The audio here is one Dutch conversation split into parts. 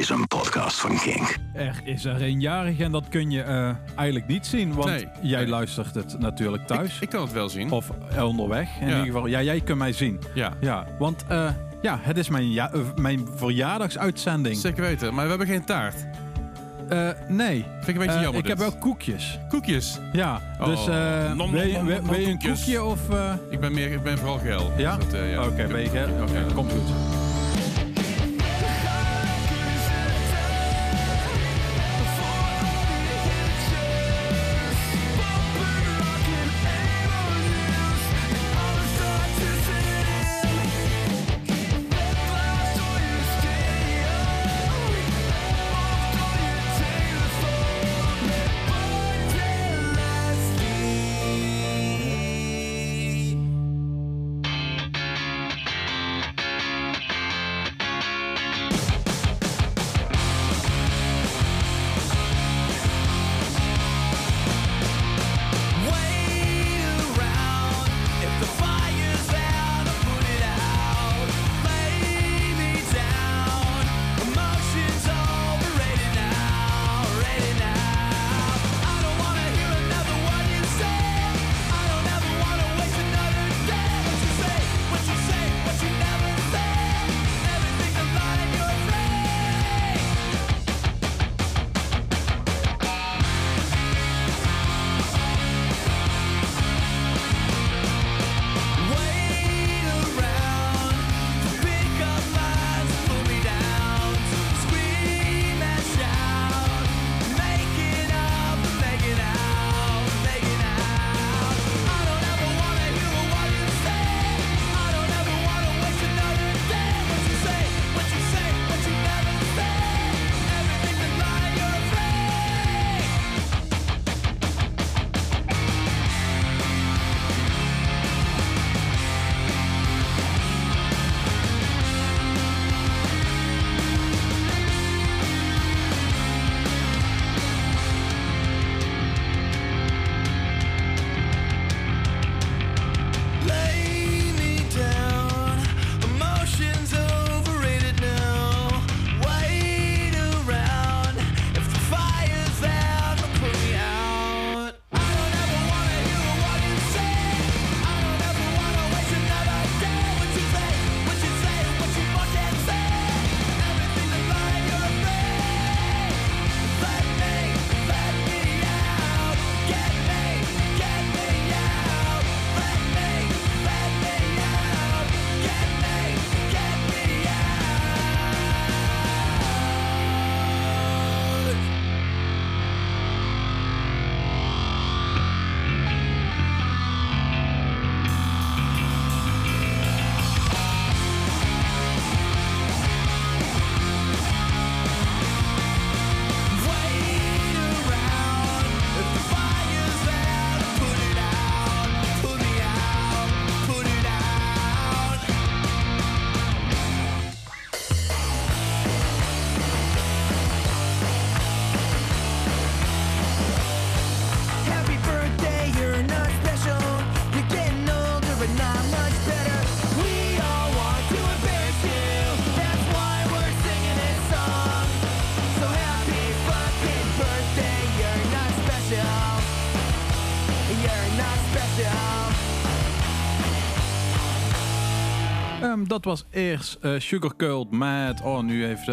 is een podcast van Kink. Er is er een jarig en dat kun je eigenlijk niet zien, want jij luistert het natuurlijk thuis. Ik kan het wel zien. Of onderweg, in ieder geval. Ja, jij kunt mij zien. Ja, want het is mijn verjaardagsuitzending. Zeker weten, maar we hebben geen taart. Nee. Vind ik een beetje jammer. Ik heb wel koekjes. Koekjes? Ja, dus wil je een koekje of... Ik ben vooral geil. Ja? Dus Oké, ben je geil? Oké, komt goed. Dat was eerst Sugarcult met... nu heeft...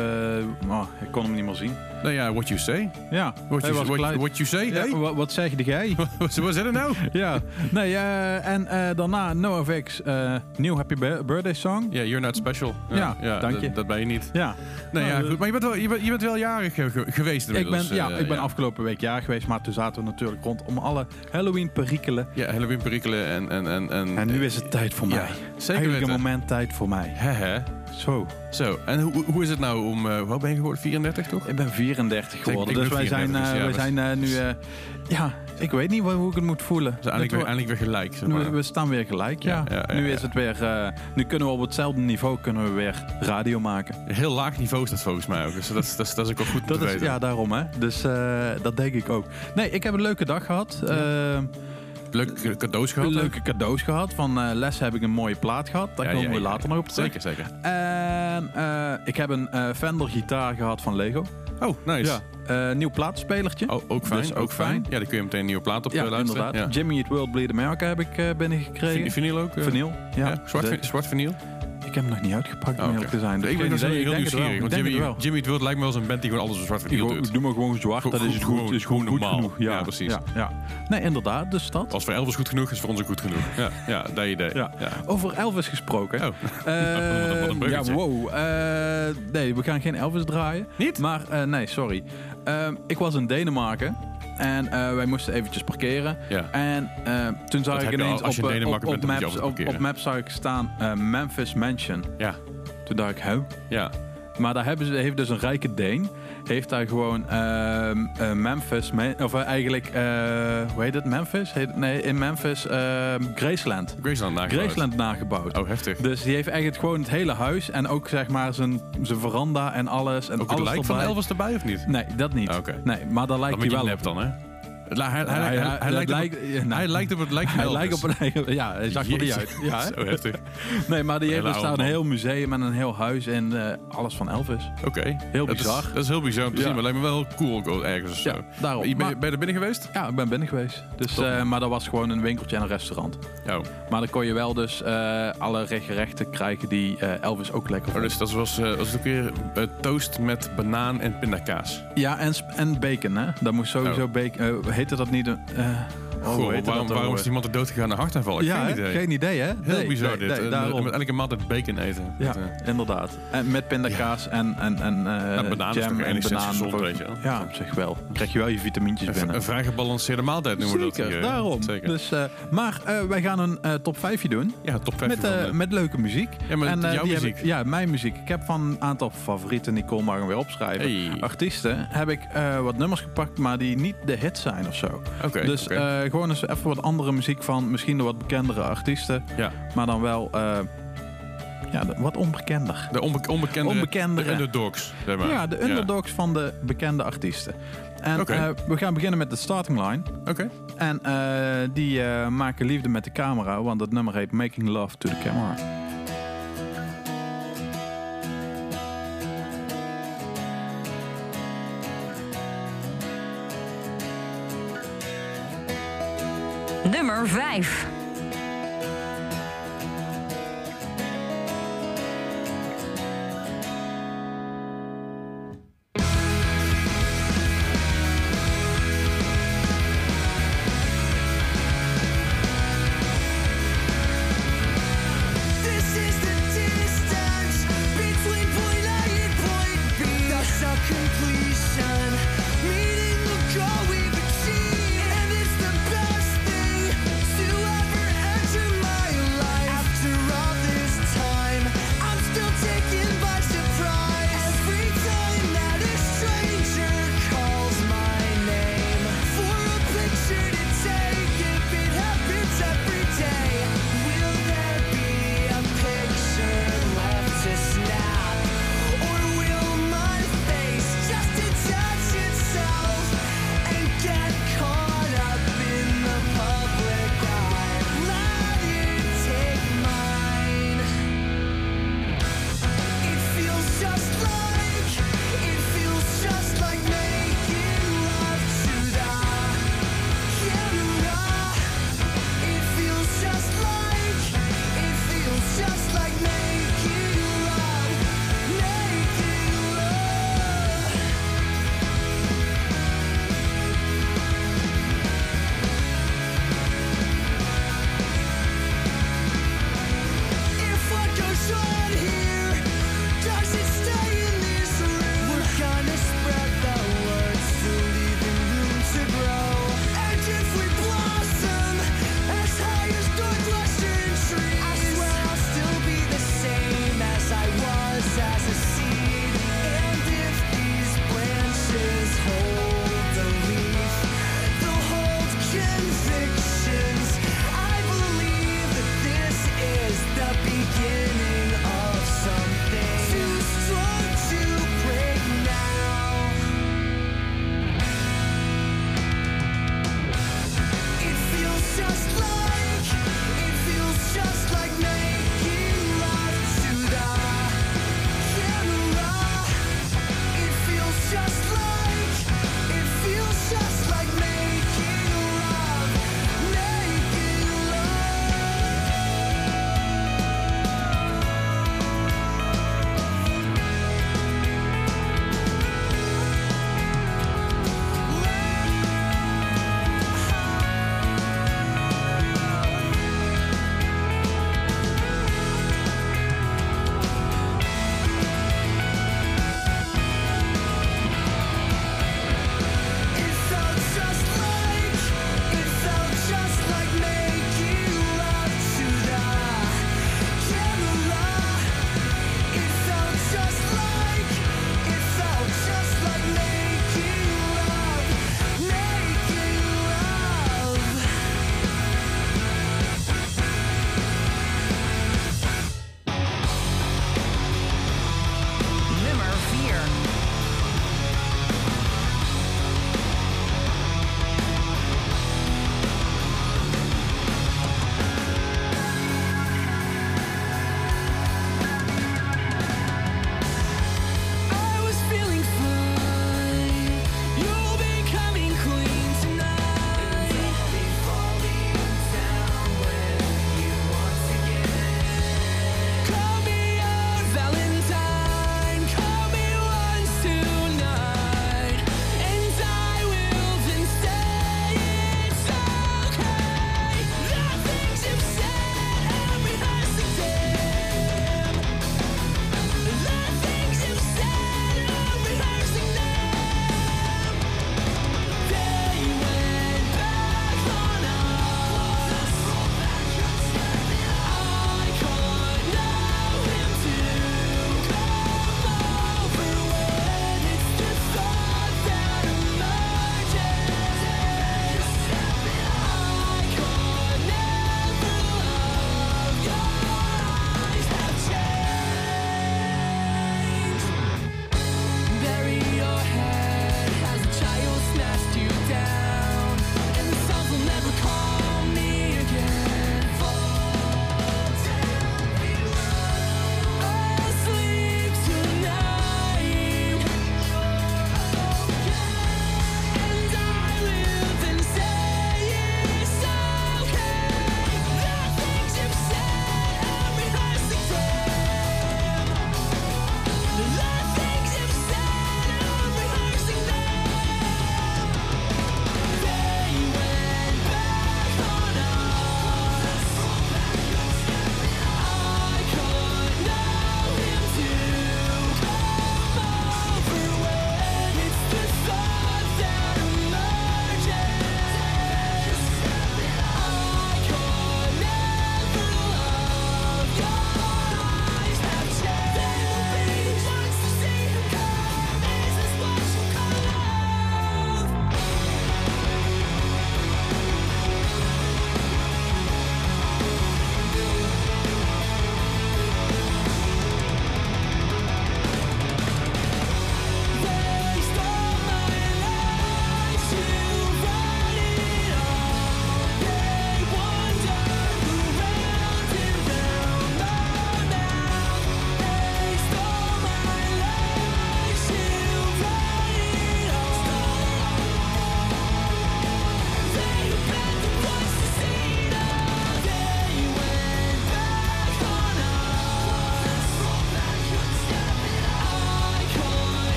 ik kon hem niet meer zien. Nou ja, What You Say. Ja. What You Say, ja, hey? Wat zeg jij? Wat is het nou? Ja. Nee, en daarna NoFX, New Happy Birthday Song. Ja, You're Not Special. Ja, dank je. Dat ben je niet. Ja. Nee, goed. Maar je bent wel jarig geweest inmiddels. Ik ben afgelopen week jarig geweest, maar toen zaten we natuurlijk rondom alle Halloween-perikelen. Ja, Halloween-perikelen en nu is het tijd voor mij. Zeker eigenlijk weten. een moment tijd voor mij. Zo. En hoe is het nou om... hoe ben je geworden? 34 toch? Ik ben 34 geworden. Dus wij zijn nu... ik weet niet hoe ik het moet voelen. Dus eindelijk weer gelijk. Zeg maar. We staan weer gelijk, ja. Nu is het weer... nu kunnen we op hetzelfde niveau weer radio maken. Heel laag niveau is dat volgens mij ook. Dus dat is ook wel goed te weten. Ja, daarom hè. Dus dat denk ik ook. Nee, ik heb een leuke dag gehad. leuke cadeaus gehad? Leuke cadeaus gehad. Van Les heb ik een mooie plaat gehad. Daar komen we later nog op terug. Zeker. En ik heb een Fender gitaar gehad van Lego. Oh, nice. Ja. Nieuw plaatspelertje. Oh, ook fijn. Dus ook fijn. Ja, dan kun je meteen een nieuwe plaat op luisteren. Inderdaad. Ja. Jimmy Eat World Bleed America heb ik binnengekregen. Vinyl ook? Vinyl, ja. Zwart vinyl? Ik heb hem nog niet uitgepakt om eerlijk te zijn. Dus ik ben heel nieuwsgierig. Want Jimmy Eat World lijkt me wel eens een band die gewoon alles op zwart vinyl doet. Doe maar gewoon zwart, dat is gewoon normaal. Genoeg. Ja, precies. Ja. Nee, inderdaad, dus dat. Als voor Elvis goed genoeg is voor ons ook goed genoeg. Ja, dat idee. Ja. Over Elvis gesproken. Wat een bruggetje. Nee, we gaan geen Elvis draaien. Niet? Maar, nee, sorry. Ik was in Denemarken. En wij moesten eventjes parkeren. Ja. En toen zag ik ineens op Maps zag ik staan Memphis Mansion. Ja. Toen dacht ik, Ja. Maar daar heeft dus een rijke Deen. Heeft daar gewoon Memphis... Of eigenlijk... hoe heet het? Memphis? In Memphis Graceland nagebouwd. Oh, heftig. Dus die heeft eigenlijk gewoon het hele huis. En ook zeg maar zijn veranda en alles. En ook alles het lijk van Elvis erbij of niet? Nee, dat niet. Okay. Nee, maar daar lijkt hij wel op. Dan, hè? Hij lijkt op het lijk van Elvis. Hij lijkt op een... Ja, hij zag er niet uit. Ja, zo heftig. Nee, maar die heeft dus daar een heel museum en een heel huis en alles van Elvis. Oké. Heel bizar. Dat is heel bizar om te zien, maar lijkt me wel cool ergens of zo. Ja, daarom. Ben je er binnen geweest? Ja, ik ben binnen geweest. Dus, maar dat was gewoon een winkeltje en een restaurant. Oh. Maar dan kon je wel dus alle gerechten krijgen die Elvis ook lekker vond. Dus dat was het ook weer toast met banaan en pindakaas. Ja, en bacon, hè. Dat moest sowieso bacon... heette dat niet... waarom is iemand er dood gegaan naar hartaanval? Geen idee, hè? Heel bizar dit. Met elke maaltijd bacon eten. Ja, inderdaad. En met pindakaas en banaan jam en gezond, weet je wel. Ja, op zich wel. Dan krijg je wel je vitamintjes binnen. Een vrij gebalanceerde maaltijd noemen we dat. Zeker, daarom. Zeker. Dus, maar wij gaan een top 5 doen. Ja, top 5. Met leuke muziek. Ja, maar jouw muziek? Mijn muziek. Ik heb van een aantal favorieten, die kon maar weer opschrijven. Hey. Artiesten heb ik wat nummers gepakt, maar die niet de hits zijn of zo. Dus gewoon eens even wat andere muziek van misschien de wat bekendere artiesten. Ja. Maar dan wel wat onbekender. De onbekendere. De underdogs. Zeg maar. Ja, de underdogs van de bekende artiesten. En we gaan beginnen met de starting line. Oké. En die maken liefde met de camera, want het nummer heet Making Love to the Camera. Nummer 5. Meeting the goal we've achieved, and it's the best thing to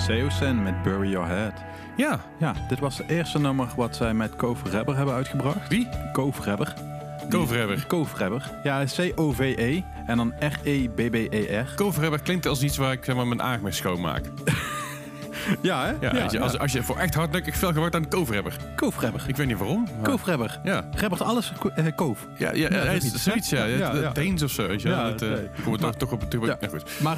Seosin met Bury Your Head. Ja. Ja, dit was het eerste nummer wat zij met Cove Rebber hebben uitgebracht. Wie? Cove Rebber. Koverhebber. Cove Rebber. Ja, C-O-V-E en dan R-E-B-B-E-R. Koverhebber klinkt als iets waar ik zeg maar, mijn aard mee schoonmaak. Ja, hè? Ja, weet je, als je voor echt hardnekkig veel wordt aan Koverhebber. Cove Rebber. Ik weet niet waarom. Maar... Cove Rebber. Ja. Rebbert alles Cove. Ja, zoiets, ja. Ja. Deens of zo, weet je wel. Ja, Ik kom er toch op terug. Ja. Ja, goed. Maar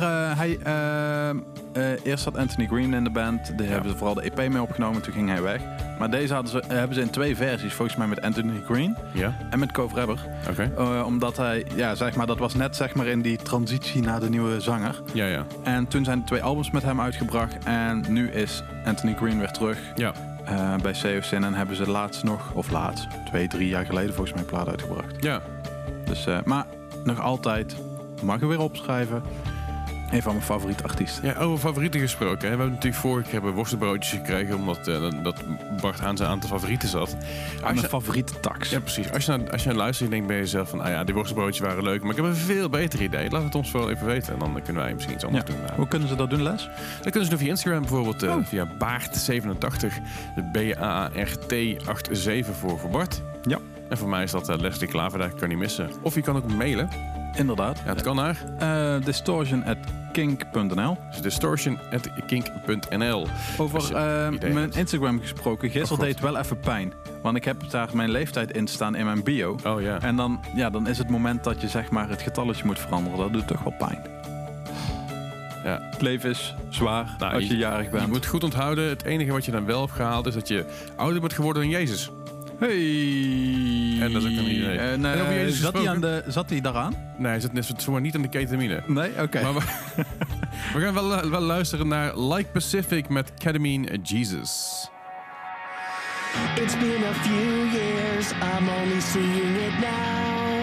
eerst zat Anthony Green in de band. Daar hebben ze vooral de EP mee opgenomen. Toen ging hij weg. Maar deze hebben ze in 2 versies. Volgens mij met Anthony Green Ja, en met Cove Rebber. oké. Omdat hij, ja, zeg maar, dat was net zeg maar in die transitie naar de nieuwe zanger. Ja. En toen zijn er 2 albums met hem uitgebracht. En nu is Anthony Green weer terug Ja. bij Seosin. En hebben ze laatst, 2-3 jaar geleden volgens mij een plaat uitgebracht. Ja. Dus, maar nog altijd, mag je weer opschrijven. Een van mijn favoriete artiesten. Ja, over favorieten gesproken. Hè. We hebben natuurlijk vorige keer worstenbroodjes gekregen, omdat dat Bart aan zijn aantal favorieten zat. Mijn favoriete tax. Ja, precies. Als je naar luistert, denk je bij jezelf van, die worstenbroodjes waren leuk, maar ik heb een veel beter idee. Laat het ons wel even weten en dan kunnen wij misschien iets anders doen. Hoe kunnen ze dat doen, Les? Dat kunnen ze doen via Instagram bijvoorbeeld, via Baart87, de BART87 voor Bart. Ja. En voor mij is dat Leslie Klaver, daar kan je niet missen. Of je kan ook mailen. Inderdaad. Ja, het kan naar distortion@kink.nl. dus distortion@kink.nl. Over mijn Instagram gesproken. Gisteren God. deed wel even pijn. Want ik heb daar mijn leeftijd in staan in mijn bio. Oh ja. En dan is het moment dat je zeg maar het getalletje moet veranderen. Dat doet toch wel pijn. Ja. Het leven is zwaar als je jarig bent. Je moet goed onthouden, het enige wat je dan wel hebt gehaald is dat je ouder bent geworden dan Jezus. Hey. En dat is ook een idee. En over Jezus Zat hij daaraan? Nee, hij zit zomaar niet aan de ketamine. Nee? Oké. Maar we gaan wel luisteren naar Like Pacific met Ketamine Jesus. It's been a few years, I'm only seeing it now.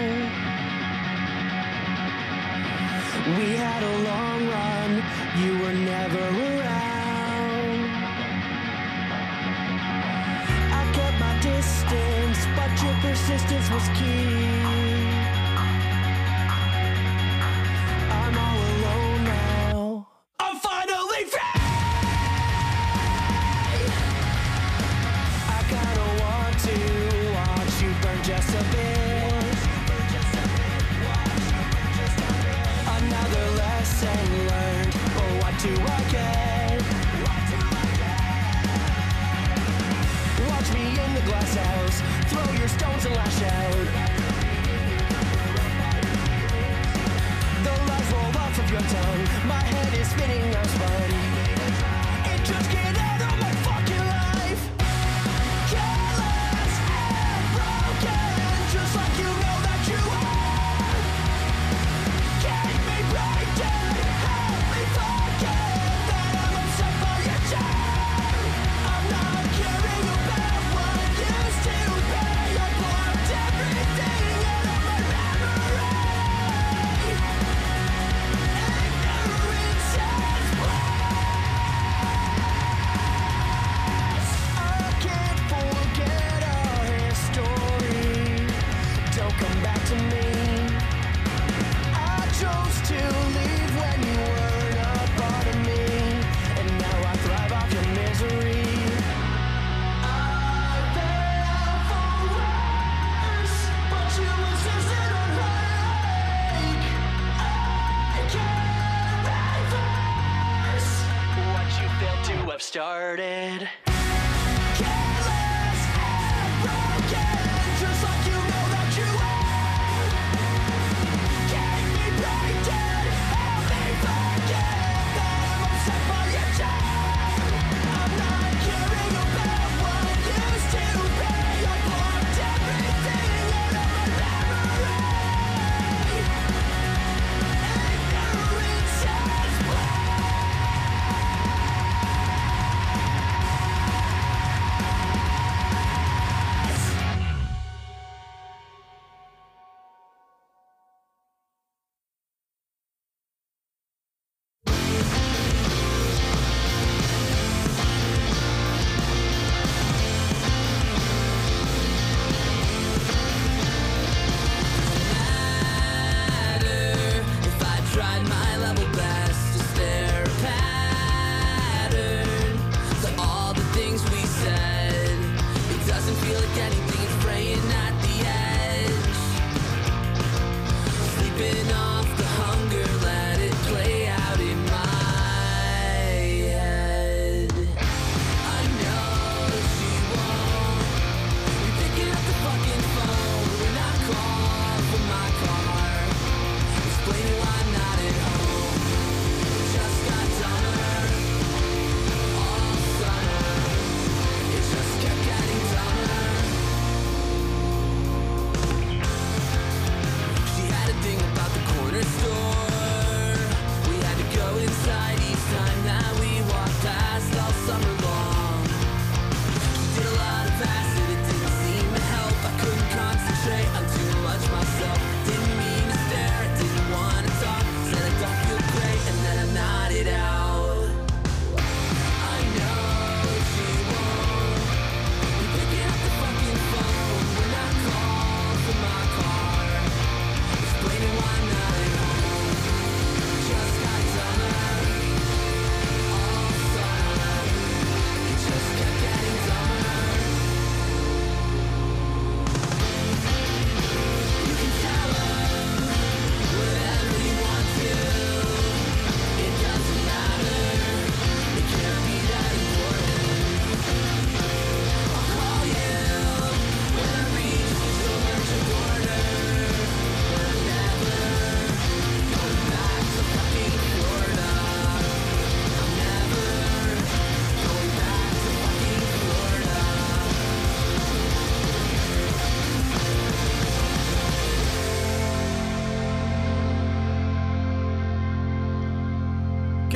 We had a long run, you were never around. I kept my distance, but your persistence was key. I'm all alone now. I'm finally free! I kinda want to watch you burn just a bit. Another lesson learned, but what do I get? Watch me in the glass house, throw your stones and lash out. The lies roll off of your tongue, my head is spinning now spun. It just get out of my fucking life. Careless and broken, just like you know that you are. Keep me breaking, help me forget that I'm upset by your charm. I'm not caring about what used to be. I blocked everything out of my memory. Ignorance is bliss. I can't forget our history. Don't come back to me. I chose to leave when you weren't a part of me, and now I thrive off your misery. I fell for worse, but you insisted on hate. I can't reverse what you failed to have started. Careless and broken, just like you know that you are. Keep me breaking, help me forget that I'm upset by your charm. I'm not caring about what used to be. I blocked everything out of my memory. Ignorance is bliss.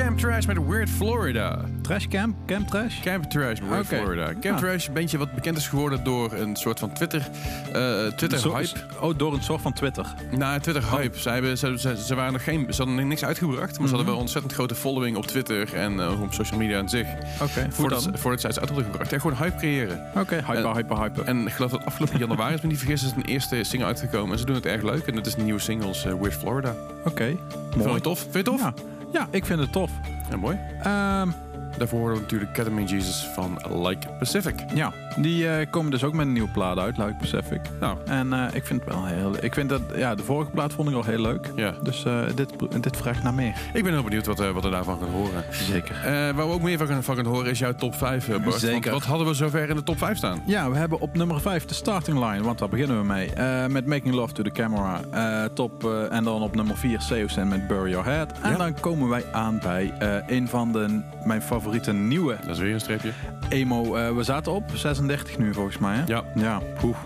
Camp Trash met Weird Florida. Trash Camp? Camp Trash? Camp Trash met Weird Florida. Camp Trash, een bandje wat bekend is geworden door een soort van Twitter-hype. Door een soort van Twitter. Nou, Twitter-hype. Ze hadden nog niks uitgebracht, maar ze hadden wel een ontzettend grote following op Twitter en op social media aan zich. Oké, voordat ze iets uit hadden gebracht. En gewoon hype creëren. Oké, hyper. En ik geloof dat afgelopen januari, als ik me niet vergis, is een eerste single uitgekomen. En ze doen het erg leuk. En dat is een nieuwe singles, Weird Florida. Oké, Vond mooi. je tof? Vind je het tof? Ja, ik vind het tof. Ja, mooi. Daarvoor horen we natuurlijk Ketamine Jesus van Like Pacific. Ja, die komen dus ook met een nieuwe plaat uit, Like Pacific. Nou. En ik vind het wel ik vind dat, de vorige plaat vond ik al heel leuk. Ja. Dus dit vraagt naar meer. Ik ben heel benieuwd wat we daarvan gaan horen. Zeker. Waar we ook meer van gaan horen is jouw top 5, Bart. Zeker. Want wat hadden we zover in de top 5 staan? Ja, we hebben op nummer 5 de starting line, want daar beginnen we mee. Met Making Love to the Camera. En dan op nummer 4 Seosin met Bury Your Head. En dan komen wij aan bij een van mijn favoriete nieuwe Dat is weer een streepje. emo. We zaten op 36 nu volgens mij. Hè? Ja. Poef.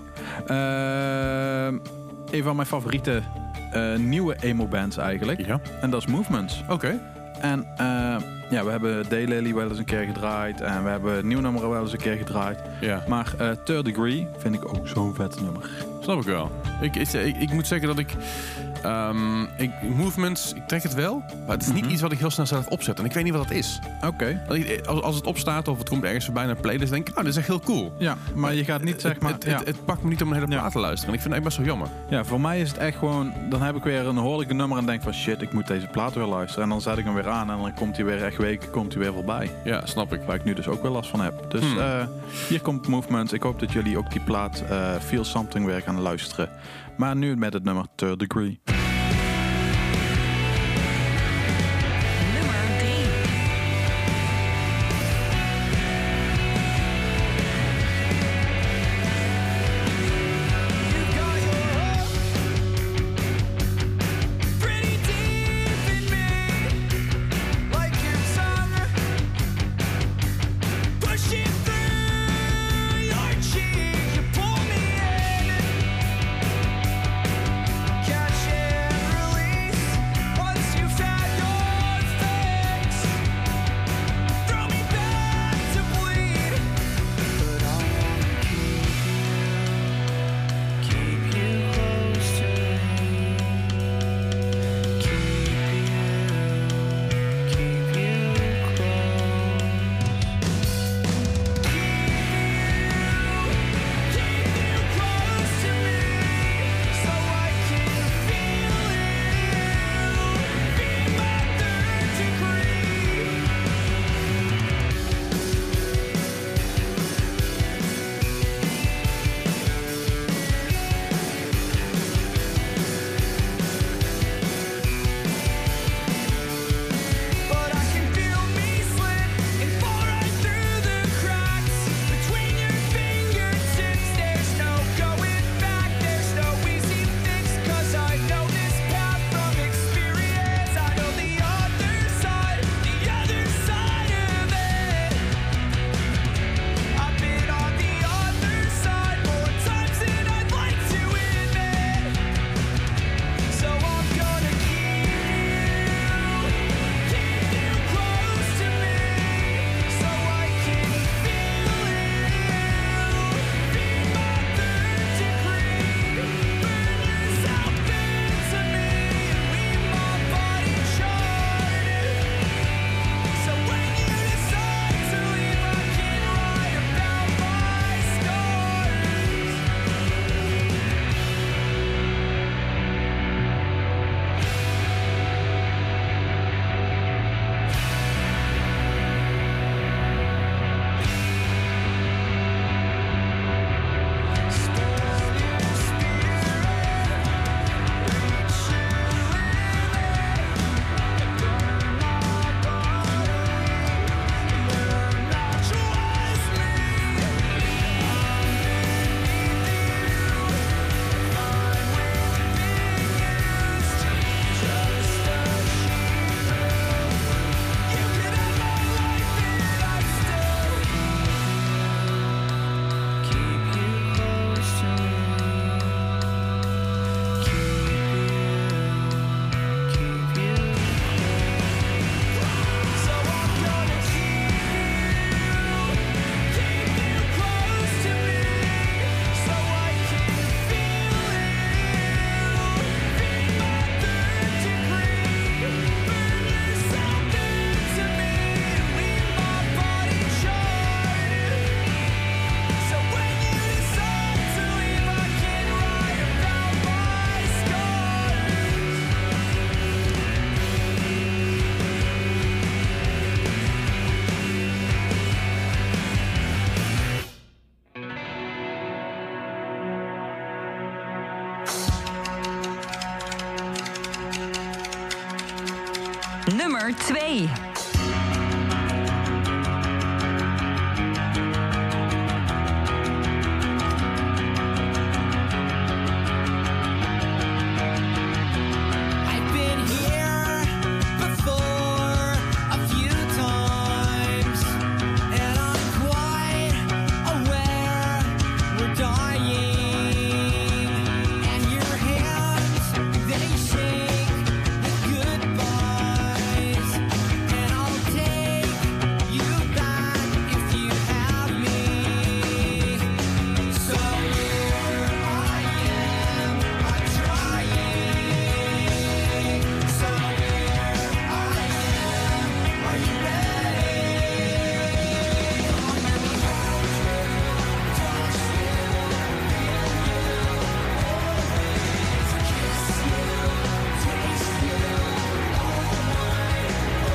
Een van mijn favoriete nieuwe emo bands eigenlijk. Ja. En dat is Movements. Oké. En we hebben Daylily wel eens een keer gedraaid. En we hebben het nieuw nummer wel eens een keer gedraaid. Ja. Maar Third Degree vind ik ook zo'n vet nummer. Snap ik wel. Ik moet zeggen dat Movements, ik trek het wel. Maar het is niet iets wat ik heel snel zelf opzet. En ik weet niet wat dat is. Oké. Als het opstaat of het komt ergens voorbij naar een playlist, denk ik, dit is echt heel cool. Ja, maar je gaat niet zeg maar... Het pakt me niet om een hele plaat te luisteren. En ik vind het echt best wel jammer. Ja, voor mij is het echt gewoon... Dan heb ik weer hoor ik een nummer en denk van shit, ik moet deze plaat weer luisteren. En dan zet ik hem weer aan en dan komt hij weer echt weken weer voorbij. Ja, snap ik. Waar ik nu dus ook weer last van heb. Dus hier komt Movements. Ik hoop dat jullie ook die plaat Feel Something weer gaan luisteren. Maar nu met het nummer Third Degree. Nummer 3. You got your heart pretty deep in me, like your tongue pushing through your cheek. You pull me in, catching Nummer 2. I've been here before a few times, and I'm quite aware we're dying. And your hands, they shake with goodbyes, and I'll take you back if you have me. So here I am, I'm trying. So here I am, are you ready? Let me hold you, touch you, feel you, always kiss you, taste you, all night,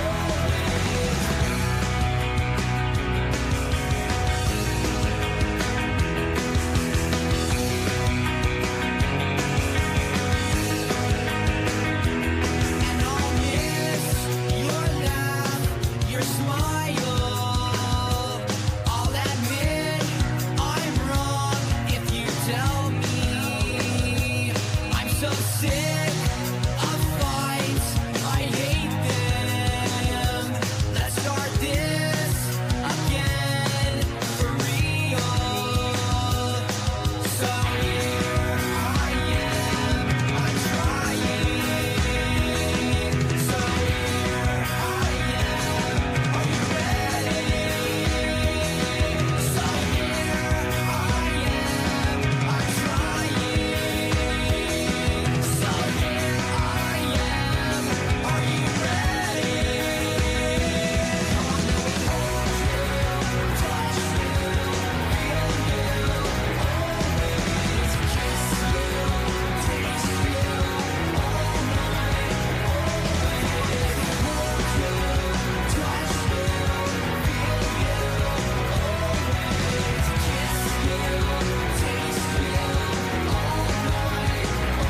and I'll miss your laugh, your smile. I'll admit I'm wrong if you tell me. I'm so sick of fights, I hate them. Let's start this again for real. So here I am, I'm trying. So here I am, are you ready? So here I am, I'm trying. So here I am, are you ready? Come on, let me hold you, touch you, feel you, always kiss you, taste you, all night, hold you, touch you, feel you, always kiss you, taste you, all night,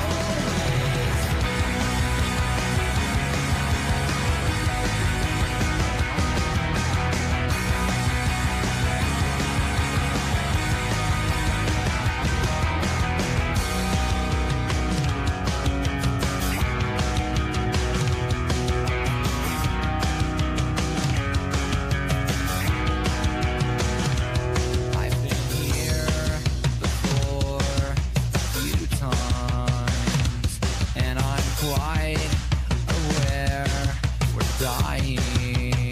I've been here before a few times, and I'm quite aware we're dying.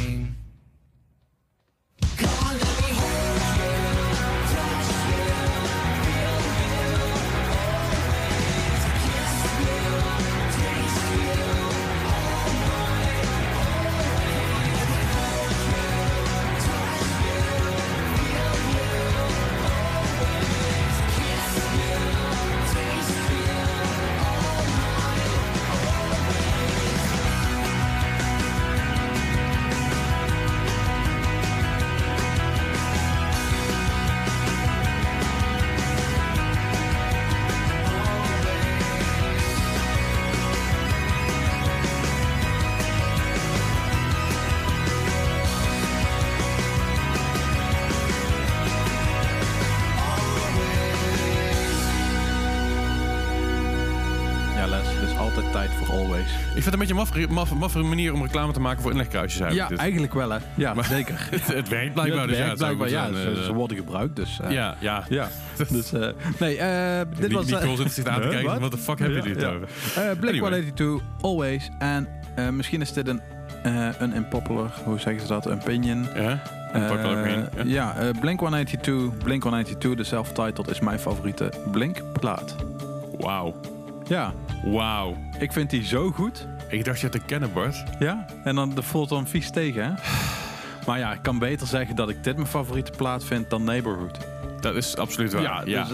Come on, let me hold you, touch you, feel you, always kiss you, taste you, all night, always hold you, touch you, feel you, always kiss you, taste you, all night, Ja, Les, het is altijd tijd voor Always. Ik vind het een beetje een maffe manier om reclame te maken voor inlegkruisjes Ja, eigenlijk. Dus eigenlijk wel, hè. Ja, Maar- zeker. het werkt blijkbaar. Het Dus ja, werkt het zou blijkbaar, goed ja. zijn, Ze worden gebruikt, dus... ja. Ja, dus... nee, dit was... Nicole zit zich aan te kijken. Wat de fuck heb je dit over? Blink-182, Always. En misschien is dit een unpopular, hoe zeggen ze dat? Een opinion. Ja? Unpopular opinion, ja. Blink-182, de self-titled, is mijn favoriete Blink-plaat. Wauw. Ja, Wauw. ik vind die zo goed. Ik dacht je het te kennen, Bart. Ja, en dan dat voelt dan vies tegen, hè? Maar ja, ik kan beter zeggen dat ik dit mijn favoriete plaat vind dan Neighborhood. Dat is absoluut waar.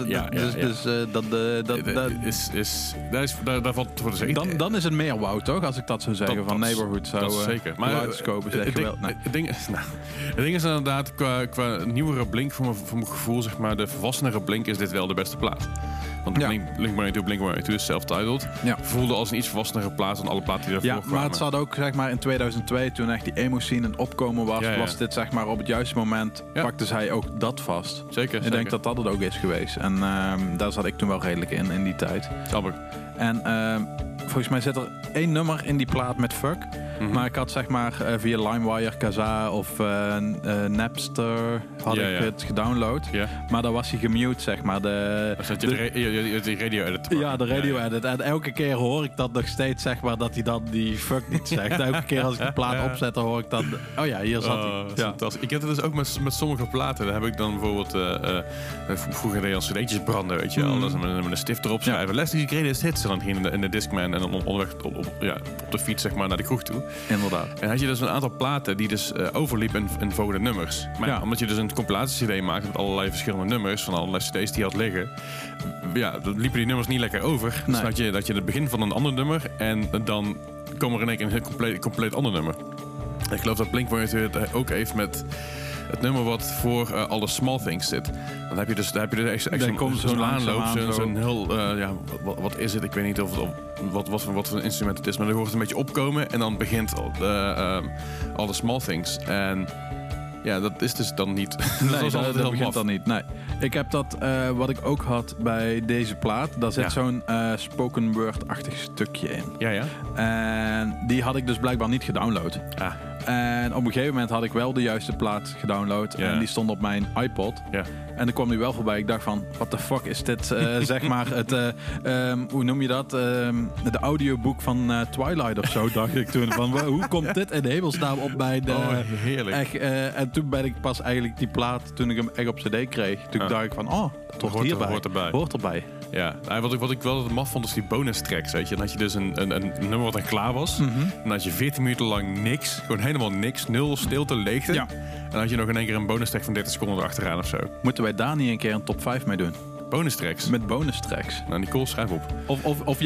Daar valt voor te zeggen. Dan is het meer wow, toch? Als ik dat zou zeggen van Neighborhood zou dat is zeker. Maar uitskopen, zeggen wel. Nee. Het ding is inderdaad, qua nieuwere Blink, voor mijn gevoel, zeg maar, de volwassenere Blink is dit wel de beste plaat. Want Ja. Blink-182 is self-titled. Ja. Voelde als een iets volwassenere plaat dan alle platen die daarvoor Ja, kwamen. maar het zat ook zeg maar in 2002, toen echt die emo-scene in het opkomen was, Ja, ja. was dit zeg maar op het juiste moment, Ja. pakte zij ook dat vast. Zeker, Ik denk dat dat het ook is geweest. En daar zat ik toen wel redelijk in die tijd. Snap ik. En volgens mij zit er 1 nummer in die plaat met Fuck. Mhm. Maar ik had zeg maar via LimeWire, Kazaa of Napster had Ja, ik ja. het gedownload. Ja. Maar dan was hij gemute, zeg maar. Dan zet je de radio-edit. Ja, de radio edit. En elke keer hoor ik dat nog steeds, zeg maar, dat hij dan die fuck niet zegt. Elke keer als ik die plaat opzet, dan hoor ik dan... Oh ja, hier zat hij. Ja. Fantastisch. Ik heb het dus ook met sommige platen. Daar heb ik dan bijvoorbeeld... vroeger deed je als cd'tjes branden, weet je wel. Dat is met een stift erop schrijven. Leslie's Greatest Hits. En dan ging in de Discman en dan onderweg op de fiets, zeg maar, naar de kroeg toe. Inderdaad. En had je dus een aantal platen die dus overliepen in volgende nummers. Maar Ja. omdat je dus een compilatie-cd maakt met allerlei verschillende nummers van allerlei cd's die je had liggen, ja, dan liepen die nummers niet lekker over. Dus Nee. dat je het begin van een ander nummer en dan kwam er in één keer een heel compleet ander nummer. Ik geloof dat Blink-182 het ook heeft met het nummer wat voor alle Small Things zit. Dan heb je dus echt Dan komt zo'n langzaamaan aanloop, zo. zo'n heel... wat is het? Ik weet niet wat voor een instrument het is, maar dan hoort het een beetje opkomen en dan begint alle Small Things. En ja, dat is dus dan niet. Nee, was altijd heel dat begint maf. dan niet. Nee. Ik heb dat, wat ik ook had bij deze plaat, daar zit Ja. zo'n spoken word-achtig stukje in. Ja, ja. En die had ik dus blijkbaar niet gedownload. Ah, En op een gegeven moment had ik wel de juiste plaat gedownload. Ja. En die stond op mijn iPod. ja. En dan kwam die wel voorbij. Ik dacht van, what the fuck is dit? Zeg maar het, hoe noem je dat? De audioboek van Twilight of zo, dacht ik toen. Van, hoe komt dit in de hemelsnaam op mijn... Heerlijk. echt, en toen ben ik pas eigenlijk die plaat, toen ik hem echt op cd kreeg. Toen dacht ik van, dat hoort hierbij. Hoort erbij. Hoort erbij. Ja, wat ik wel maf vond, is die bonus tracks, weet je. Dan had je dus een nummer wat dan klaar was. Dan had je 14 minuten lang niks. Gewoon helemaal niks. 0 stilte, leegte. Ja. En dan had je nog in één keer een bonus track van 30 seconden erachteraan of zo. Moeten wij daar niet een keer een top 5 mee doen? Bonus tracks. Met bonus tracks. Nou, Nicole, schrijf op. Of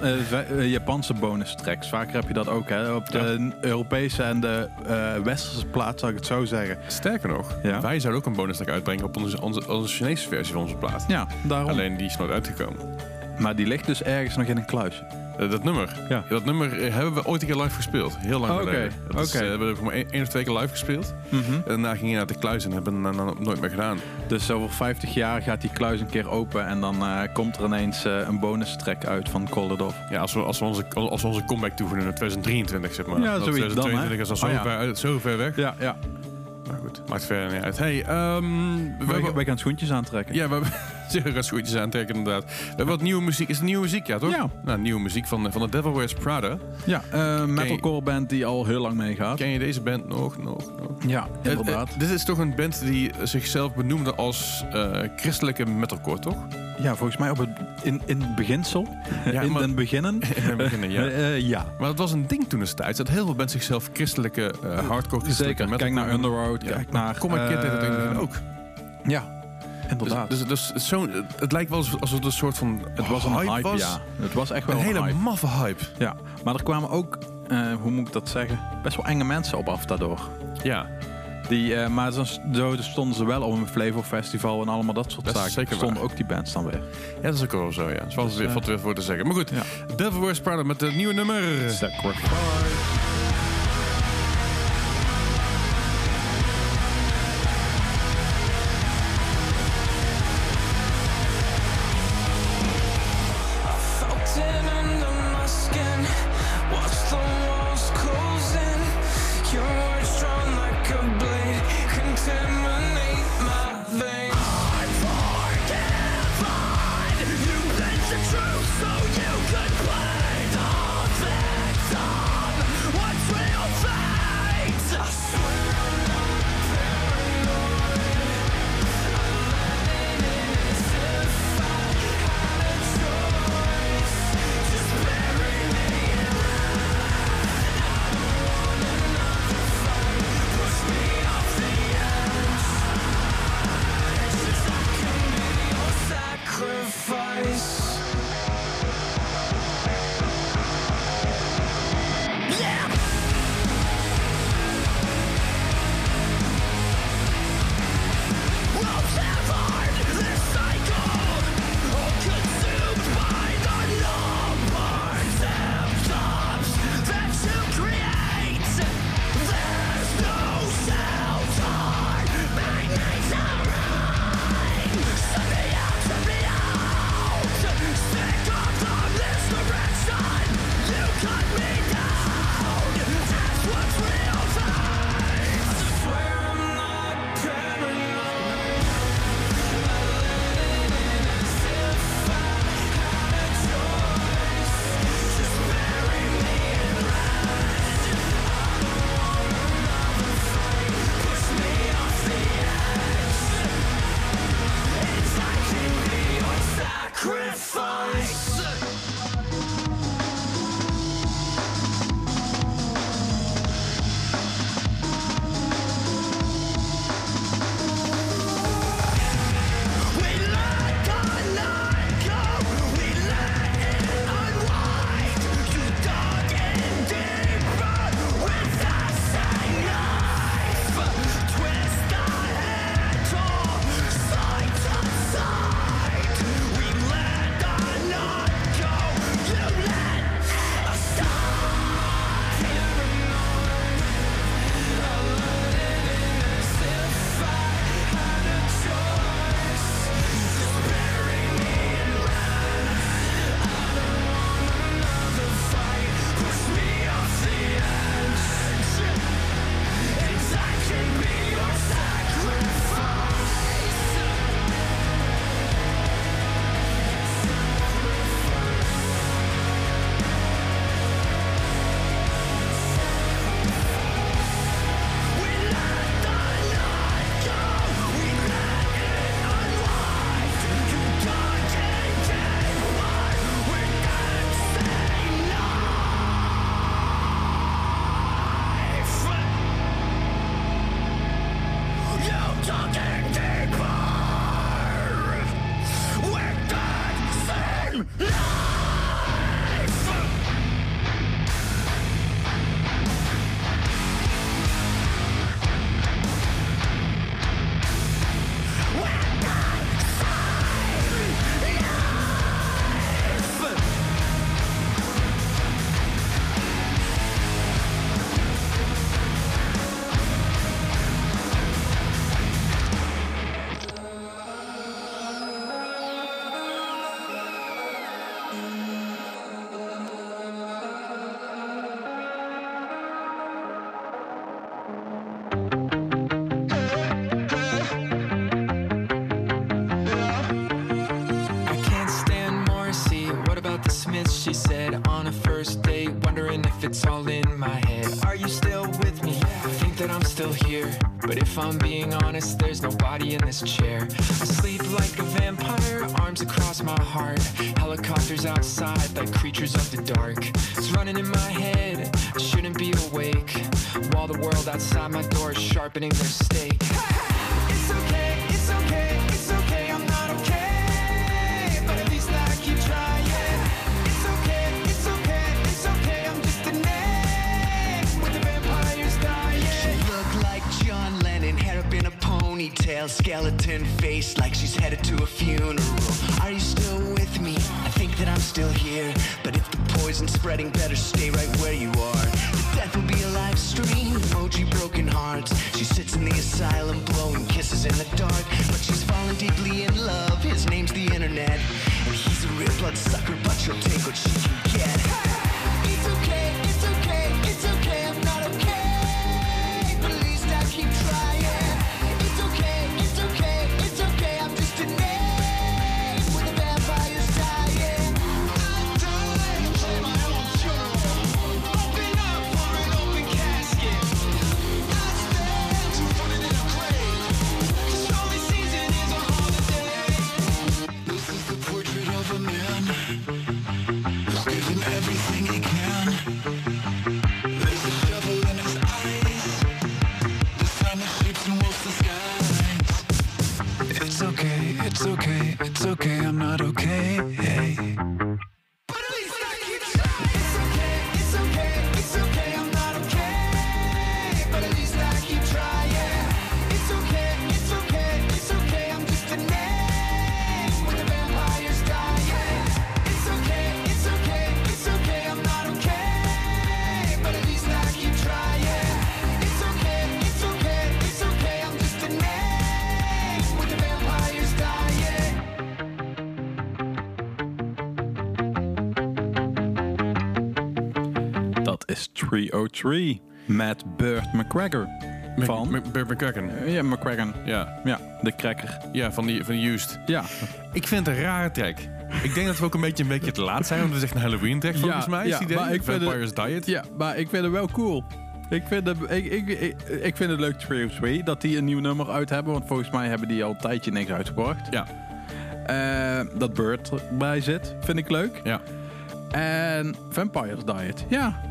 Japanse bonus tracks. Vaker heb je dat ook, hè? Op de Europese en de westerse plaat, zou ik het zo zeggen. Sterker nog, Ja. wij zouden ook een bonus track uitbrengen op onze Chinese versie van onze plaat. Ja, daarom. Alleen die is nooit uitgekomen. Maar die ligt dus ergens nog in een kluis. Dat nummer. Ja. Dat nummer hebben we ooit een keer live gespeeld. Heel lang Oh, geleden. oké. Dat is, Oké. we hebben maar 1 of 2 keer live gespeeld. En daarna ging je naar de kluis en hebben we dan nooit meer gedaan. Dus over 50 jaar gaat die kluis een keer open en dan komt er ineens een bonus track uit van Call It Off. Ja, als we onze comeback toevoegen in 2023, zeg maar. Ja, Dat zoiets dan, 2022 hè? is al zo, Oh, ja. zo ver weg. Ja, ja. Maar goed, maakt verder niet uit. Hey, Wij gaan schoentjes aantrekken. ja, we hebben zeker schoentjes aantrekken inderdaad. We hebben wat nieuwe muziek. Is het nieuwe muziek, ja toch? Ja. Nou, nieuwe muziek van de Devil Wears Prada. Ja, metalcore band die al heel lang meegaat. Ken je deze band nog? Ja, inderdaad. Dit is toch een band die zichzelf benoemde als christelijke metalcore, toch? Ja, volgens mij in het beginsel. Ja, in maar- den beginnen. In het begin, ja. Ja. Maar dat was een ding toen destijds. Dat heel veel bands zichzelf christelijke, hardcore christelijke Zeker. Kijk metalcore naar Underworld. Ja. Kijk naar... Kom maar Kid deed dat in het begin ook. Ja, inderdaad. Dus het lijkt wel alsof het een soort van het was een hype, was. ja. Het was echt wel Een een hele hype. maffe hype. Ja, maar er kwamen ook, hoe moet ik dat zeggen, best wel enge mensen op af daardoor. Ja, Maar zo stonden ze wel op een Flavor Festival en allemaal dat soort Dat is zaken. zeker Stonden waar. ook die bands dan weer. ja, dat is ook wel zo, ja. Dat is wel weer voor te zeggen. Maar goed, Ja. Devil Wears Prada met het nieuwe nummer. Sacrifice. Felt it under my skin. Watch the walls closing. Your words drawn like a blade, contaminate my veins. I'm forgiven. You bent the truth so you could play the victim. What's real fate? I swear I'm not paranoid. I'm letting it as if I had a choice. same I can't stand Morrissey. What about the Smiths? She said on a first date, wondering if it's all in my head. Are you still with me? I think that I'm still here, but if I'm being honest, there's nobody in this chair. I sleep like a vampire, arms across my heart. Helicopters outside, like creatures of the dark. It's running in my head, I shouldn't be awake, while the world outside my door is sharpening their stake. It's okay, it's okay, it's okay, I'm not okay, but at least I keep trying. It's okay, it's okay, it's okay, I'm just a name when the vampire's dying. She looked like John Lennon, hair up in a ponytail, skeleton face like she's headed to a funeral. Are you still with me? I think that I'm still here, but if the poison's spreading, better stay right where you are. The death will be a live stream, emoji broken hearts. She sits in the asylum blowing kisses in the dark, but she's fallen deeply in love. His name's the internet, and he's a real bloodsucker, but she'll take what she can get. It's okay, it's okay, it's okay, I'm not okay, but at least I keep trying. It's okay, it's okay, it's okay, I'm just a name when the vampire's dying. I die, play my own funeral, open up for an open casket. I stand to put it in a grave, 'cause only season is a holiday. This is the portrait of a man who's given everything he can. There's a shovel in his eyes. This time the shapes and wolves the skies. It's okay, it's okay, it's okay, I'm not okay. But at least I keep trying. It's okay, it's okay, it's okay, I'm not okay, but at least I keep trying. It's okay, it's okay, it's okay, I'm just a name when the vampire's dying. It's okay, it's okay, it's okay, I'm not okay, but at least I keep trying. It's okay, it's okay, it's okay, I'm just a name when the vampire's dying. Dat is 303 met Burt McGregor. Van? Burt McGregor. Ja, McGregor. Ja. Ja, de cracker. Ja, van die Used. Ja. Ik vind het een rare track. Ik denk dat we ook een beetje te laat zijn, want het is echt een Halloween track volgens mij. Is het idee? maar ik vind Vampire's Diet. Ja, maar ik vind het wel cool. Ik vind het leuk 303 dat die een nieuw nummer uit hebben, want volgens mij hebben die al een tijdje niks uitgebracht. Ja. Dat Bird erbij zit, vind ik leuk. Ja. En Vampire's Diet.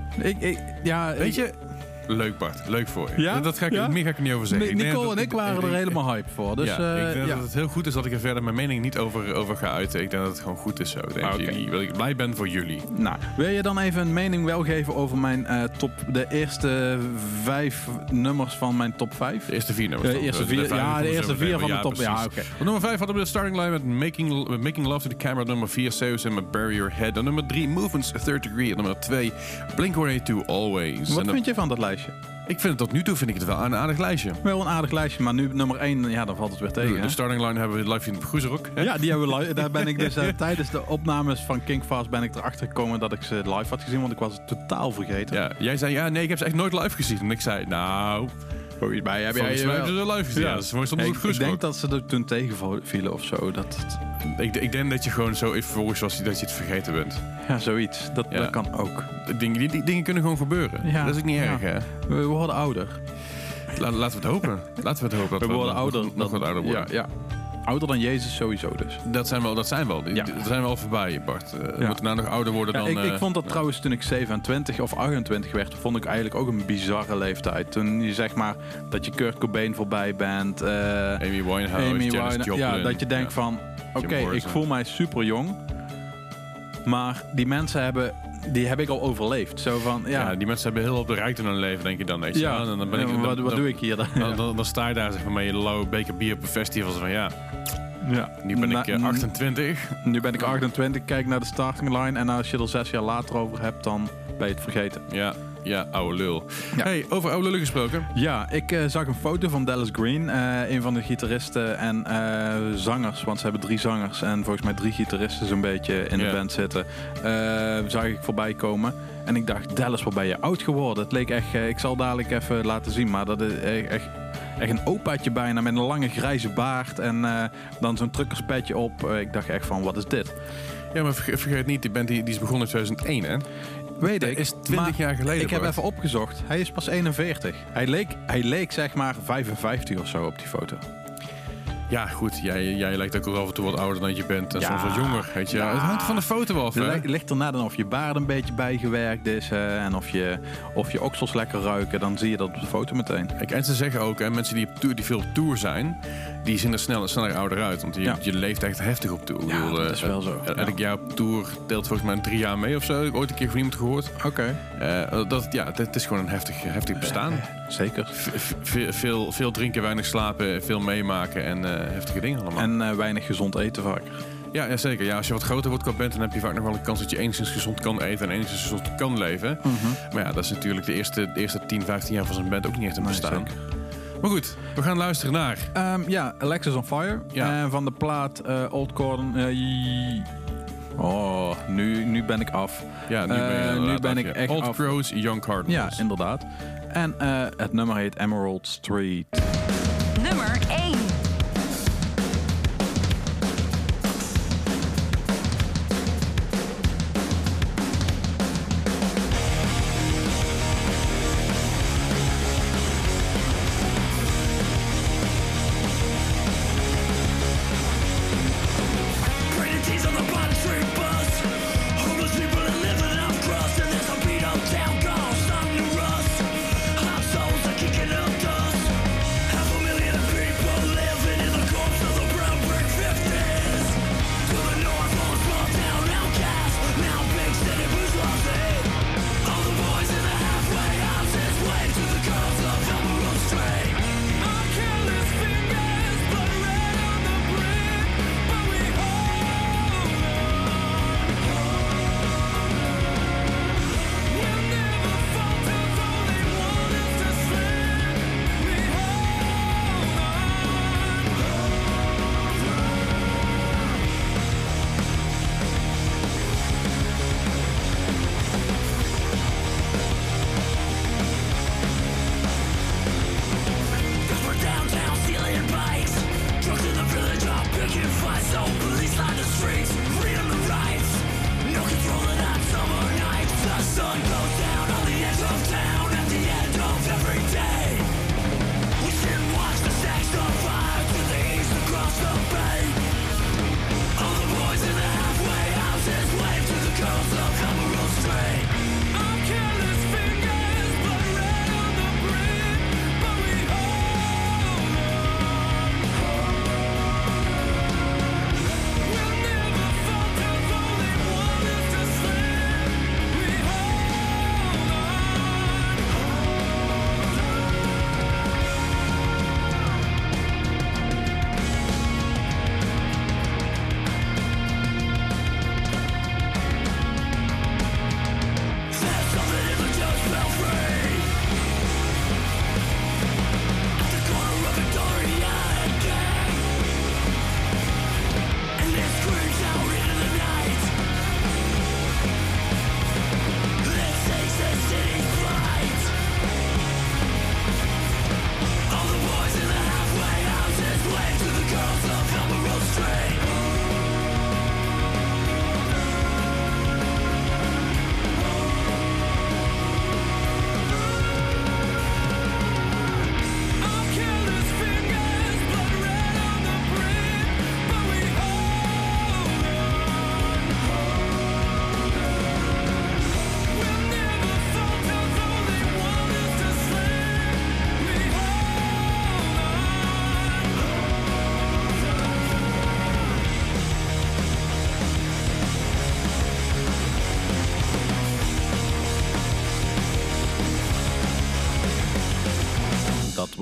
Ja. Weet je, leuk Bart, leuk voor je. Ja? Dat ga ik, Ja? meer ga ik er niet over zeggen. Ik denk Nicole dat- en ik waren er helemaal hype voor. Dus, ja, ik denk ja. dat het heel goed is dat ik er verder mijn mening niet over ga uiten. Ik denk dat het gewoon goed is zo. Ik denk dat ik blij ben voor jullie. Nou, wil je dan even een mening wel geven over mijn de eerste 5 nummers van mijn top 5? De eerste 4 nummers. De eerste 4, ja, de eerste 4 van de top. precies. Ja, oké. Op nummer 5 hadden we de starting line met Making Love to the Camera. Nummer 4 Seus en met Bury Your Head. En nummer 3 Movements Third Degree. En nummer 2 Blink-182 Always. Wat vind je van dat lijstje? Ik vind het tot nu toe vind ik het wel een aardig lijstje. Wel een aardig lijstje, maar nu nummer 1, ja, dan valt het weer tegen. De hè? starting line hebben we live in de Groezerok. Ja, die hebben we live. Daar ben ik dus tijdens de opnames van King Fast ben ik erachter gekomen dat ik ze live had gezien, want ik was het totaal vergeten. Ja, jij zei, ja, nee, ik heb ze echt nooit live gezien. En ik zei, nou, Volgens mij heb volgens jij mij wel. hebben ze wel live gezien. Ja, dat is mooi soms op ik Groezerok. denk dat ze er toen tegenvielen of zo. Ik denk dat je gewoon zo euforisch was dat je het vergeten bent. Ja, zoiets. Dat kan ook. Die dingen kunnen gewoon gebeuren. Ja, Dat is ook niet erg, hè? We worden ouder. Laten we het hopen. Laten we het hopen dat We worden ouder. nog wat ouder worden. Ja. Ouder dan Jezus sowieso dus. Dat zijn wel. Die zijn wel voorbij, Bart. We moeten nou nog ouder worden dan... Ik vond dat trouwens toen ik 27 of 28 werd, vond ik eigenlijk ook een bizarre leeftijd. Toen je zeg maar dat je Kurt Cobain voorbij bent. Amy Winehouse, Janis Joplin. Ja, dat je denkt van, oké, ik voel mij super jong. Maar die mensen die heb ik al overleefd. Zo van, Ja, die mensen hebben heel op bereikt in hun leven, denk je dan. Weet je ja, wel. En dan ben ik, wat doe ik hier dan? Dan sta je daar zeg maar, met je lauwe beker bier op een festival. Van ja, nu ben ik 28. Nu ben ik 28, kijk naar de starting line. En als je er 6 jaar later over hebt, dan ben je het vergeten. Ja, oude lul. Ja. Hey, over oude lullen gesproken. Ja, ik zag een foto van Dallas Green, een van de gitaristen en zangers, want ze hebben 3 zangers en volgens mij 3 gitaristen zo'n beetje in de band zitten. Zag ik voorbij komen en ik dacht, Dallas, wat ben je oud geworden? Het leek echt, ik zal dadelijk even laten zien, maar dat is echt een opaatje bijna met een lange grijze baard en dan zo'n truckerspetje op. Ik dacht echt van, wat is dit? Ja, maar vergeet niet, die band die is begonnen in 2001, hè? Weet Dat ik. is 20 jaar geleden. Ik heb Bart. even opgezocht. Hij is pas 41. Hij leek zeg maar 55 of zo op die foto. Ja, goed. Jij lijkt ook wel af en toe wat ouder dan je bent. En soms wat jonger, weet je. Ja. Het hangt van de foto af, hè? Het ligt er net aan of je baard een beetje bijgewerkt is. En of je oksels lekker ruiken. Dan zie je dat op de foto meteen. Kijk, en ze zeggen ook, hè, mensen die veel op tour zijn, die zien er sneller ouder uit. Want je leeft echt heftig op tour. Ja, dat is wel zo. Elk jaar op tour deelt volgens mij 3 jaar mee of zo. Heb ik ooit een keer van iemand gehoord. Oké. Het is gewoon een heftig bestaan. Zeker. Veel drinken, weinig slapen, veel meemaken en heftige dingen allemaal. En weinig gezond eten vaak. Ja, zeker. Ja, als je wat groter wordt qua bent, dan heb je vaak nog wel een kans dat je enigszins gezond kan eten en enigszins gezond kan leven. Maar ja, dat is natuurlijk de eerste 10, 15 jaar van zo'n band ook niet echt een bestaan. Zeker. Maar goed, we gaan luisteren naar... Alexis on Fire. Ja. Van de plaat Old Corn. Nu ben ik af. Ja, nu ben ik echt Old af. Crows, Young Cardinals. Ja, inderdaad. En het nummer heet Emerald Street. Nummer 1. Predators on the Bond Street bus. Homeless people that live without crust. And there's a beat up town gone, starting to rust. Hot souls are kicking up dust. 500,000 people live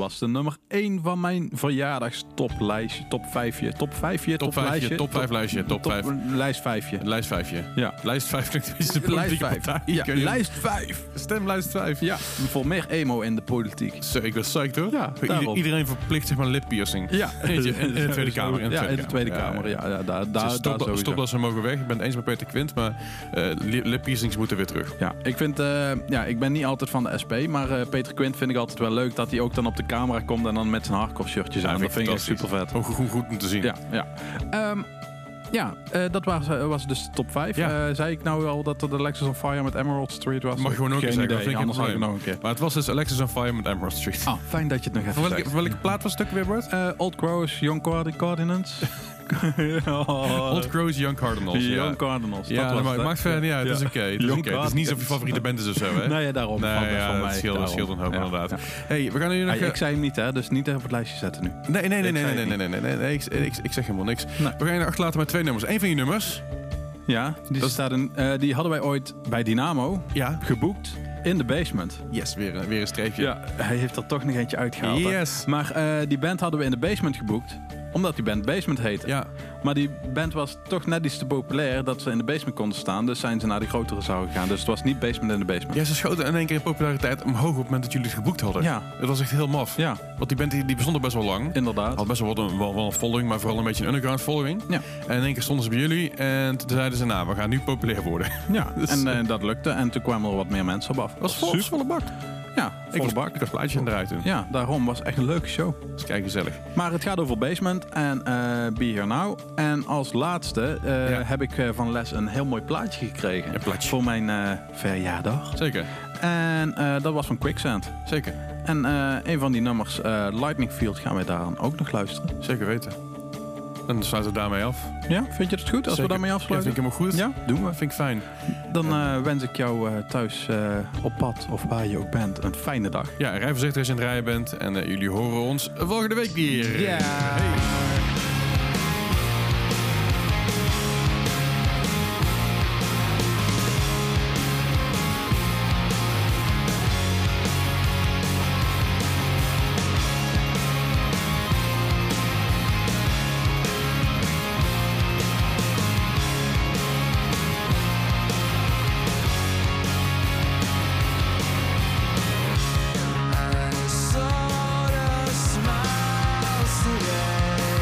was de nummer 1 van mijn verjaardagstoplijstje. Top 5 lijstje. Lijst 5. Lijst 5. Ja. Lijst 5 klinkt een beetje de Lijst politieke 5. partij. Ja, Ik weet niet. lijst 5. Stemlijst 5. Ja, voor meer emo in de politiek. Zo, ik ben psyched hoor. Ja, Voor daarom. iedereen verplicht zeg maar lippiercing. Ja. In de Tweede Kamer. In de Tweede Kamer. Ja, daar sowieso. Stoplossen mogen weg. Ik ben het eens met Peter Quint, maar lippiercings moeten weer terug. Ja, ik vind, ik ben niet altijd van de SP, maar Peter Quint vind ik altijd wel leuk dat hij ook dan op de camera komt en dan met zijn hardcore shirtjes aan. Dat vind ik echt super vet. Ook goed om te zien. Ja. Dat was dus de top 5. Ja. Zei ik nou al dat er de Alexis on Fire met Emerald Street was? Mag je gewoon ook Geen eens zeggen. idee, Dat vind ik anders geen had ik nog probleem. een keer. Maar het was dus Alexis on Fire met Emerald Street. Ah, fijn dat je het nog even zegt. Welke plaat was het ook weer, Bart? Old Crows, Young Cardinals. Old Crows, Young Cardinals. Young Cardinals. Ja, dat maar was maakt verder niet uit. Het is oké. Het is niet zo je favoriete band is of zo, hè? Nee, daarom. Nee, valt best ja, van dat mij. scheelt een hoop Ja. inderdaad. Ja. Hey, we gaan nu nog... Ik zei hem niet, hè? Dus niet even op het lijstje zetten nu. Nee. Ik Ik zeg helemaal niks. Nee. We gaan je achterlaten met 2 nummers. Eén van die nummers. Ja, die hadden wij ooit bij Dynamo Ja. geboekt in de basement. Yes, weer een streepje. Ja, hij heeft er toch nog eentje uitgehaald. hè. Yes. Maar die band hadden we in de basement geboekt, omdat die band Basement heette. Ja. Maar die band was toch net iets te populair dat ze in de basement konden staan. Dus zijn ze naar die grotere zaal gegaan. Dus het was niet Basement in de basement. Ja, ze schoten in één keer in populariteit omhoog op het moment dat jullie het geboekt hadden. Ja. Dat was echt heel maf. Ja, Want die band die bestond al best wel lang. inderdaad. Had best wel een following, maar vooral een beetje een underground following. Ja. En in één keer stonden ze bij jullie en toen zeiden ze, nou, we gaan nu populair worden. Ja, Dus, en dat lukte. En toen kwamen er wat meer mensen op af. Dat was volle bak. Ja, volle bak. Ik was plaatje eruit toen. Ja, daarom was echt een leuke show. Dus kijk, gezellig. Maar het gaat over Basement en Be Here Now. En als laatste heb ik van Les een heel mooi plaatje gekregen. Een plaatje. Voor mijn verjaardag. Zeker. En dat was van Quicksand. Zeker. En een van die nummers, Lightning Field, gaan wij daaraan ook nog luisteren. Zeker weten. En dan sluiten we daarmee af. Ja, vind je het goed als Zeker. we daarmee Ja, afsluiten? vind ik helemaal goed. Ja, doen we. Vind ik fijn. Dan wens ik jou thuis op pad of waar je ook bent een fijne dag. Ja, rij voorzichtig als je aan het rijden bent. En jullie horen ons volgende week weer. Ja. Hey. Sort of smiles today.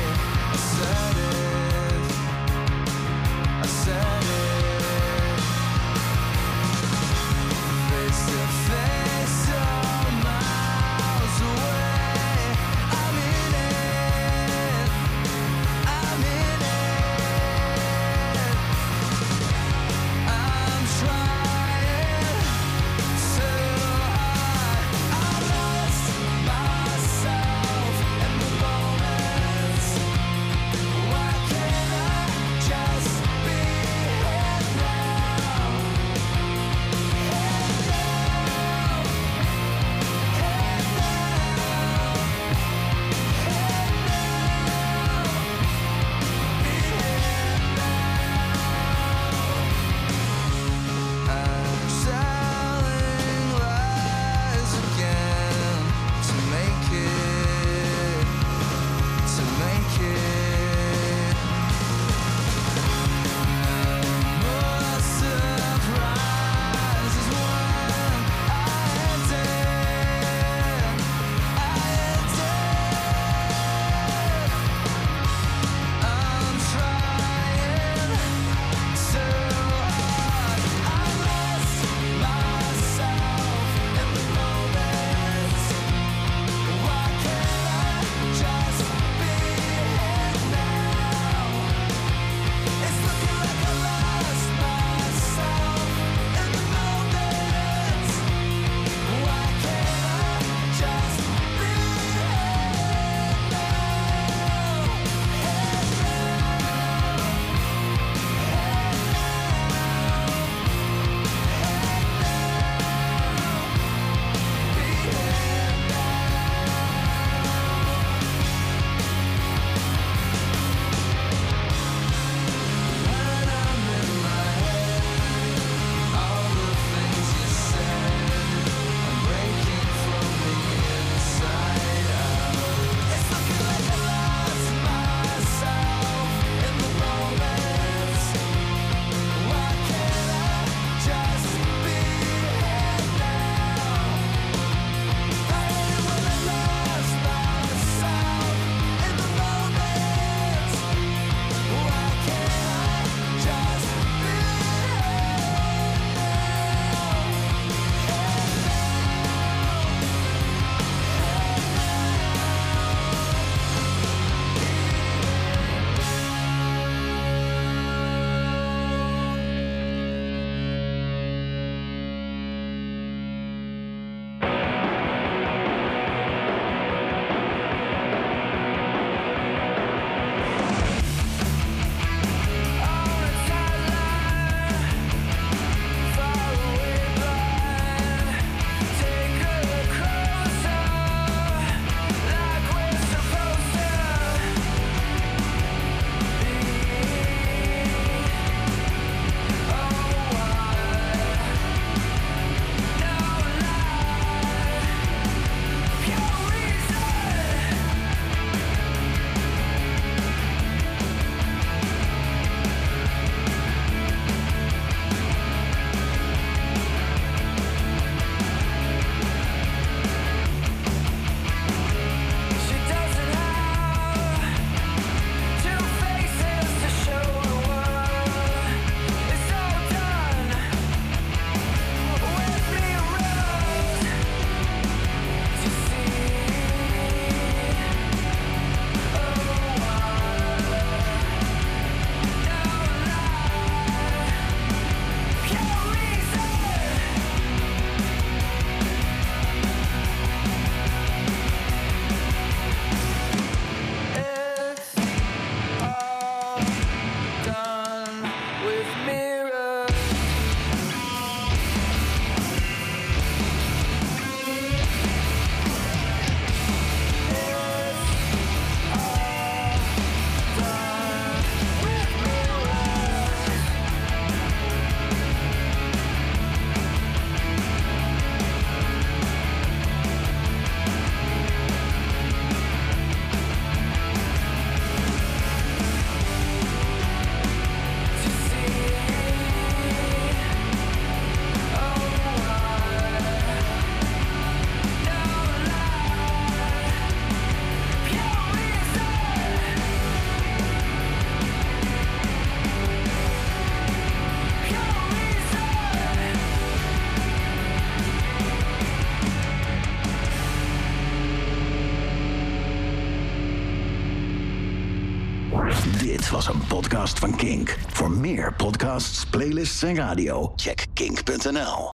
Dit was een podcast van Kink. Voor meer podcasts, playlists en radio, check kink.nl.